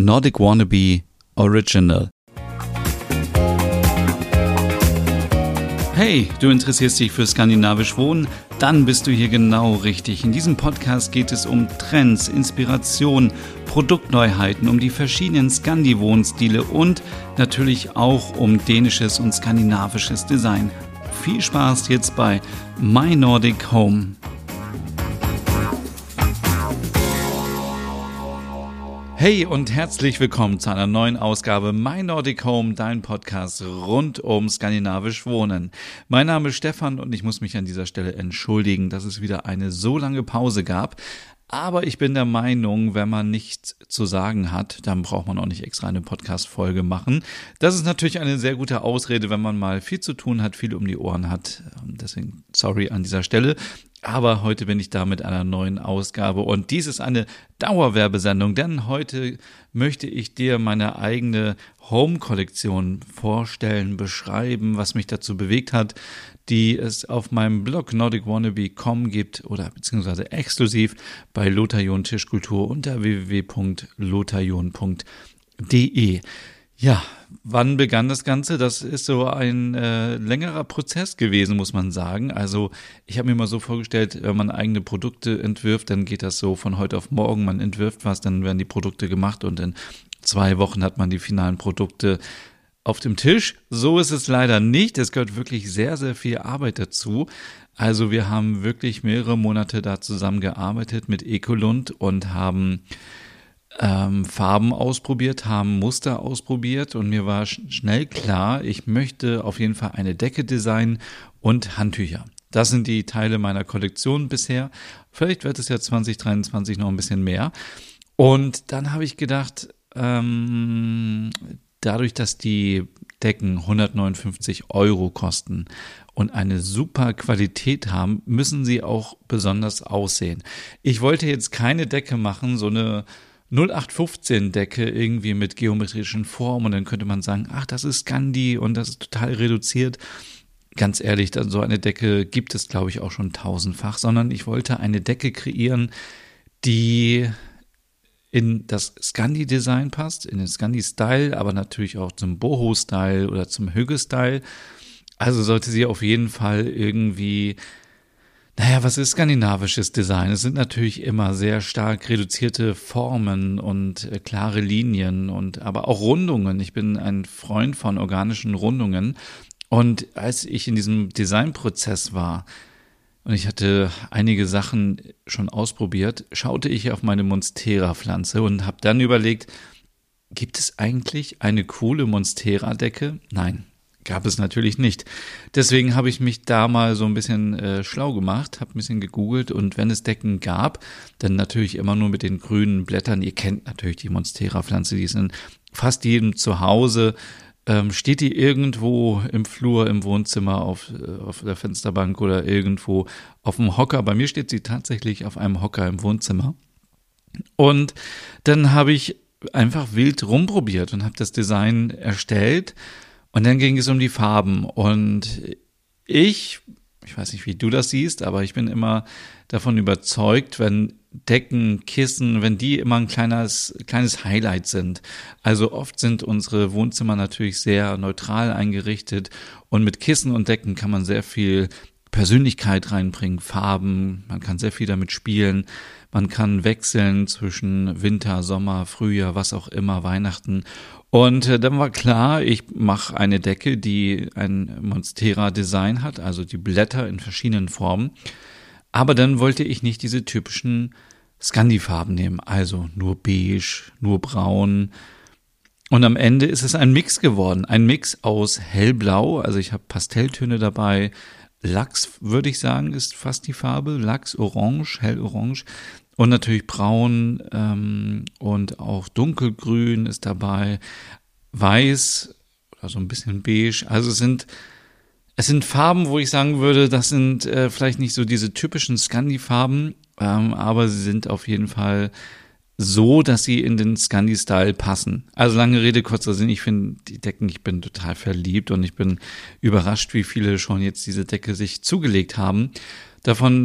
Nordic Wannabe Original. Hey, du interessierst dich für skandinavisch Wohnen? Dann bist du hier genau richtig. In diesem Podcast geht es um Trends, Inspiration, Produktneuheiten, um die verschiedenen Scandi-Wohnstile und natürlich auch um dänisches und skandinavisches Design. Viel Spaß jetzt bei My Nordic Home. Hey und herzlich willkommen zu einer neuen Ausgabe My Nordic Home, dein Podcast rund um skandinavisch Wohnen. Mein Name ist Stefan und ich muss mich an dieser Stelle entschuldigen, dass es wieder eine so lange Pause gab. Aber ich bin der Meinung, wenn man nichts zu sagen hat, dann braucht man auch nicht extra eine Podcast-Folge machen. Das ist natürlich eine sehr gute Ausrede, wenn man mal viel zu tun hat, viel um die Ohren hat. Deswegen sorry an dieser Stelle. Aber heute bin ich da mit einer neuen Ausgabe und dies ist eine Dauerwerbesendung, denn heute möchte ich dir meine eigene Home-Kollektion vorstellen, beschreiben, was mich dazu bewegt hat, die es auf meinem Blog nordicwannabe.com gibt oder beziehungsweise exklusiv bei Lothar John Tischkultur unter www.lotharjohn.de. Ja, wann begann das Ganze? Das ist so ein längerer Prozess gewesen, muss man sagen. Also ich habe mir mal so vorgestellt, wenn man eigene Produkte entwirft, dann geht das so von heute auf morgen. Man entwirft was, dann werden die Produkte gemacht und in 2 Wochen hat man die finalen Produkte auf dem Tisch. So ist es leider nicht. Es gehört wirklich sehr, sehr viel Arbeit dazu. Also wir haben wirklich mehrere Monate da zusammengearbeitet mit Ecolund und haben Farben ausprobiert, haben Muster ausprobiert und mir war schnell klar, ich möchte auf jeden Fall eine Decke designen und Handtücher. Das sind die Teile meiner Kollektion bisher. Vielleicht wird es ja 2023 noch ein bisschen mehr. Und dann habe ich gedacht, dadurch, dass die Decken 159 € kosten und eine super Qualität haben, müssen sie auch besonders aussehen. Ich wollte jetzt keine Decke machen, so eine 0815 Decke irgendwie mit geometrischen Formen und dann könnte man sagen, ach, das ist Scandi und das ist total reduziert. Ganz ehrlich, so eine Decke gibt es, glaube ich, auch schon tausendfach, sondern ich wollte eine Decke kreieren, die in das Scandi-Design passt, in den Scandi-Style, aber natürlich auch zum Boho-Style oder zum Hygge-Style. Also sollte sie auf jeden Fall irgendwie, was ist skandinavisches Design? Es sind natürlich immer sehr stark reduzierte Formen und klare Linien und aber auch Rundungen. Ich bin ein Freund von organischen Rundungen. Und als ich in diesem Designprozess war und ich hatte einige Sachen schon ausprobiert, schaute ich auf meine Monstera-Pflanze und habe dann überlegt, gibt es eigentlich eine coole Monstera-Decke? Nein. Gab es natürlich nicht. Deswegen habe ich mich da mal so ein bisschen schlau gemacht, habe ein bisschen gegoogelt und wenn es Decken gab, dann natürlich immer nur mit den grünen Blättern. Ihr kennt natürlich die Monstera-Pflanze, die ist in fast jedem Zuhause. Steht die irgendwo im Flur, im Wohnzimmer, auf der Fensterbank oder irgendwo auf dem Hocker. Bei mir steht sie tatsächlich auf einem Hocker im Wohnzimmer. Und dann habe ich einfach wild rumprobiert und habe das Design erstellt. Und dann ging es um die Farben und ich weiß nicht, wie du das siehst, aber ich bin immer davon überzeugt, wenn Decken, Kissen, wenn die immer ein kleines Highlight sind. Also oft sind unsere Wohnzimmer natürlich sehr neutral eingerichtet und mit Kissen und Decken kann man sehr viel Persönlichkeit reinbringen, Farben, man kann sehr viel damit spielen, man kann wechseln zwischen Winter, Sommer, Frühjahr, was auch immer, Weihnachten. Und dann war klar, ich mache eine Decke, die ein Monstera-Design hat, also die Blätter in verschiedenen Formen. Aber dann wollte ich nicht diese typischen Scandi-Farben nehmen, also nur beige, nur braun. Und am Ende ist es ein Mix geworden, ein Mix aus hellblau, also ich habe Pastelltöne dabei, Lachs würde ich sagen, ist fast die Farbe, Lachs, orange, hellorange. Und natürlich braun und auch dunkelgrün ist dabei, weiß oder so ein bisschen beige. Also es sind Farben, wo ich sagen würde, das sind vielleicht nicht so diese typischen Scandi-Farben, aber sie sind auf jeden Fall so, dass sie in den Scandi-Style passen. Also lange Rede, kurzer Sinn, ich finde die Decken, ich bin total verliebt und ich bin überrascht, wie viele schon jetzt diese Decke sich zugelegt haben. Davon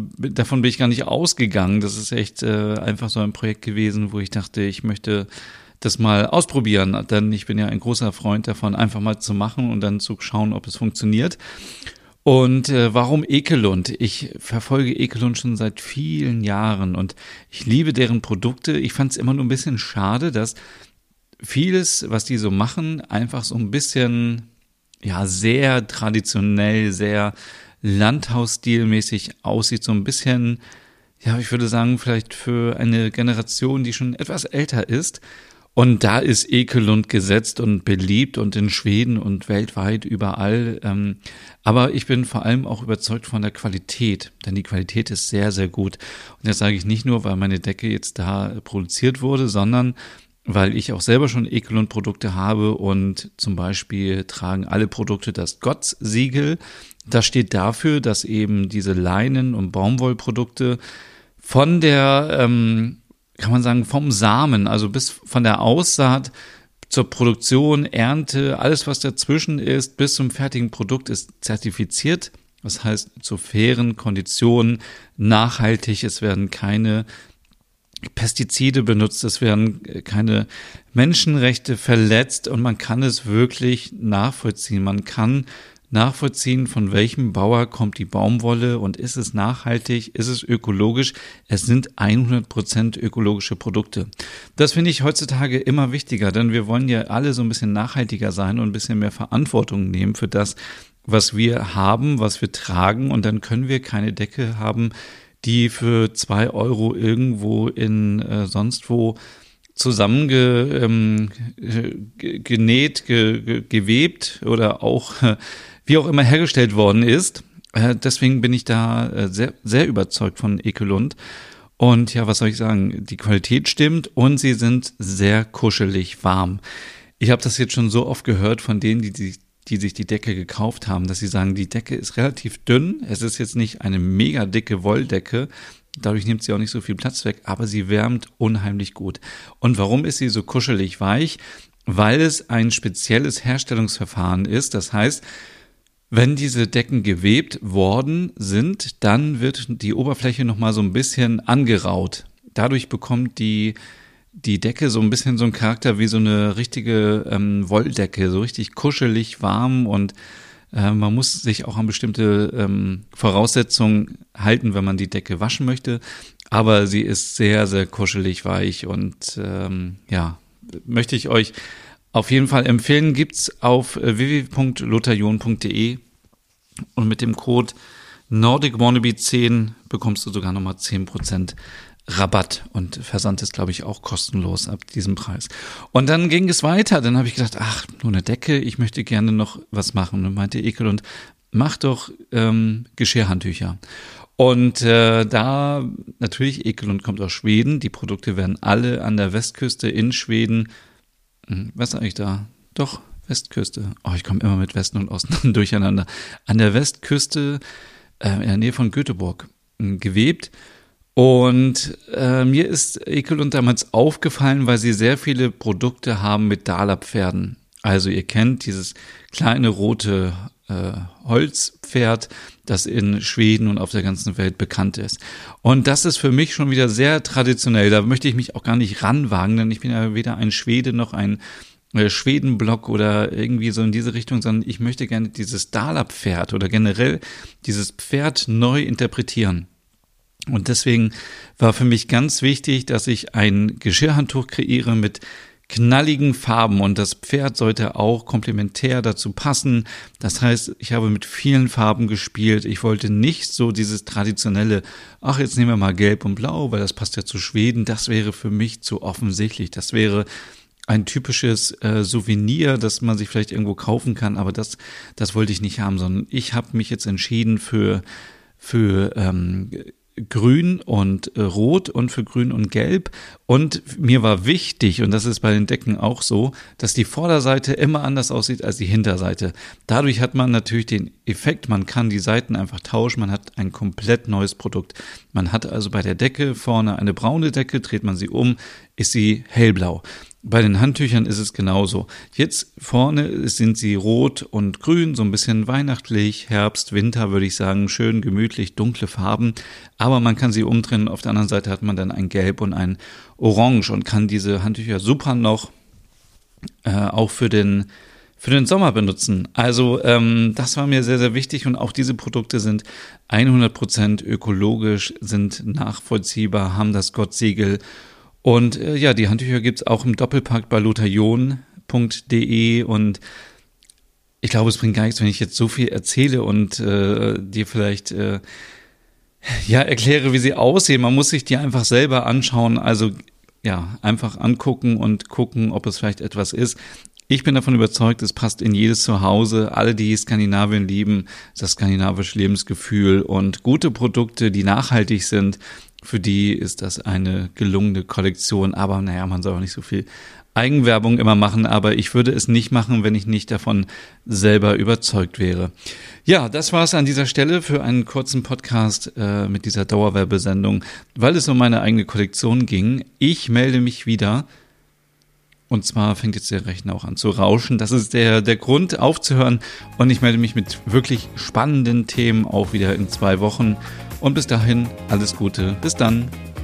bin ich gar nicht ausgegangen. Das ist echt einfach so ein Projekt gewesen, wo ich dachte, ich möchte das mal ausprobieren, denn ich bin ja ein großer Freund davon, einfach mal zu machen und dann zu schauen, ob es funktioniert. Und warum Ekelund? Ich verfolge Ekelund schon seit vielen Jahren und ich liebe deren Produkte. Ich fand es immer nur ein bisschen schade, dass vieles, was die so machen, einfach so ein bisschen, ja, sehr traditionell, sehr Landhausstilmäßig aussieht, so ein bisschen, ja, ich würde sagen, vielleicht für eine Generation, die schon etwas älter ist. Und da ist Ekelund gesetzt und beliebt und in Schweden und weltweit überall. Aber ich bin vor allem auch überzeugt von der Qualität, denn die Qualität ist sehr, sehr gut. Und das sage ich nicht nur, weil meine Decke jetzt da produziert wurde, sondern weil ich auch selber schon Ekelund-Produkte habe und zum Beispiel tragen alle Produkte das GOTS-Siegel. Das steht dafür, dass eben diese Leinen- und Baumwollprodukte von der kann man sagen, vom Samen, also bis von der Aussaat zur Produktion, Ernte, alles was dazwischen ist, bis zum fertigen Produkt ist zertifiziert. Das heißt, zu fairen Konditionen, nachhaltig, es werden keine Pestizide benutzt, es werden keine Menschenrechte verletzt und man kann es wirklich nachvollziehen. Man kann nachvollziehen, von welchem Bauer kommt die Baumwolle und ist es nachhaltig, ist es ökologisch. Es sind 100% ökologische Produkte. Das finde ich heutzutage immer wichtiger, denn wir wollen ja alle so ein bisschen nachhaltiger sein und ein bisschen mehr Verantwortung nehmen für das, was wir haben, was wir tragen, und dann können wir keine Decke haben, die für 2 Euro irgendwo in sonst wo zusammengenäht, gewebt oder auch wie auch immer hergestellt worden ist. Deswegen bin ich da sehr, sehr überzeugt von Ekelund. Und ja, was soll ich sagen? Die Qualität stimmt und sie sind sehr kuschelig warm. Ich habe das jetzt schon so oft gehört von denen, die sich die Decke gekauft haben, dass sie sagen, die Decke ist relativ dünn. Es ist jetzt nicht eine mega dicke Wolldecke. Dadurch nimmt sie auch nicht so viel Platz weg, aber sie wärmt unheimlich gut. Und warum ist sie so kuschelig weich? Weil es ein spezielles Herstellungsverfahren ist. Das heißt, wenn diese Decken gewebt worden sind, dann wird die Oberfläche nochmal so ein bisschen angeraut. Dadurch bekommt die Decke so ein bisschen so einen Charakter wie so eine richtige Wolldecke, so richtig kuschelig warm, und man muss sich auch an bestimmte Voraussetzungen halten, wenn man die Decke waschen möchte. Aber sie ist sehr, sehr kuschelig weich und ja, möchte ich euch auf jeden Fall empfehlen. Gibt's auf www.lotharion.de und mit dem Code NordicWannabe10 bekommst du sogar nochmal 10% Rabatt, und Versand ist, glaube ich, auch kostenlos ab diesem Preis. Und dann ging es weiter. Dann habe ich gedacht, ach, nur eine Decke, ich möchte gerne noch was machen. Und meinte Ekelund, mach doch Geschirrhandtücher. Und da natürlich, Ekelund kommt aus Schweden. Die Produkte werden alle an der Westküste in Schweden. Was sage ich da? Doch, Westküste. Oh, ich komme immer mit Westen und Osten durcheinander. An der Westküste in der Nähe von Göteborg gewebt. Und mir ist Ekelund damals aufgefallen, weil sie sehr viele Produkte haben mit Dala-Pferden. Also ihr kennt dieses kleine rote Holzpferd, das in Schweden und auf der ganzen Welt bekannt ist. Und das ist für mich schon wieder sehr traditionell. Da möchte ich mich auch gar nicht ranwagen, denn ich bin ja weder ein Schwede noch ein Schwedenblock oder irgendwie so in diese Richtung, sondern ich möchte gerne dieses Dala-Pferd oder generell dieses Pferd neu interpretieren. Und deswegen war für mich ganz wichtig, dass ich ein Geschirrhandtuch kreiere mit knalligen Farben, und das Pferd sollte auch komplementär dazu passen. Das heißt, ich habe mit vielen Farben gespielt. Ich wollte nicht so dieses traditionelle, ach, jetzt nehmen wir mal Gelb und Blau, weil das passt ja zu Schweden. Das wäre für mich zu offensichtlich. Das wäre ein typisches Souvenir, das man sich vielleicht irgendwo kaufen kann, aber das wollte ich nicht haben, sondern ich habe mich jetzt entschieden für Grün und Rot und für Grün und Gelb. Und mir war wichtig, und das ist bei den Decken auch so, dass die Vorderseite immer anders aussieht als die Hinterseite. Dadurch hat man natürlich den Effekt, man kann die Seiten einfach tauschen, man hat ein komplett neues Produkt. Man hat also bei der Decke vorne eine braune Decke, dreht man sie um, ist sie hellblau. Bei den Handtüchern ist es genauso. Jetzt vorne sind sie rot und grün, so ein bisschen weihnachtlich, Herbst, Winter würde ich sagen, schön gemütlich, dunkle Farben. Aber man kann sie umdrehen. Auf der anderen Seite hat man dann ein Gelb und ein Orange und kann diese Handtücher super noch auch für den Sommer benutzen. Also das war mir sehr, sehr wichtig und auch diese Produkte sind 100% ökologisch, sind nachvollziehbar, haben das Gott-Siegel. Und die Handtücher gibt's auch im Doppelpack bei lotharion.de und ich glaube, es bringt gar nichts, wenn ich jetzt so viel erzähle und dir vielleicht erkläre, wie sie aussehen. Man muss sich die einfach selber anschauen, also einfach angucken und gucken, ob es vielleicht etwas ist. Ich bin davon überzeugt, es passt in jedes Zuhause. Alle, die Skandinavien lieben, das skandinavische Lebensgefühl und gute Produkte, die nachhaltig sind, für die ist das eine gelungene Kollektion. Aber man soll auch nicht so viel Eigenwerbung immer machen. Aber ich würde es nicht machen, wenn ich nicht davon selber überzeugt wäre. Ja, das war es an dieser Stelle für einen kurzen Podcast mit dieser Dauerwerbesendung, weil es um meine eigene Kollektion ging. Ich melde mich wieder. Und zwar fängt jetzt der Rechner auch an zu rauschen. Das ist der Grund aufzuhören. Und ich melde mich mit wirklich spannenden Themen auch wieder in 2 Wochen. Und bis dahin alles Gute. Bis dann.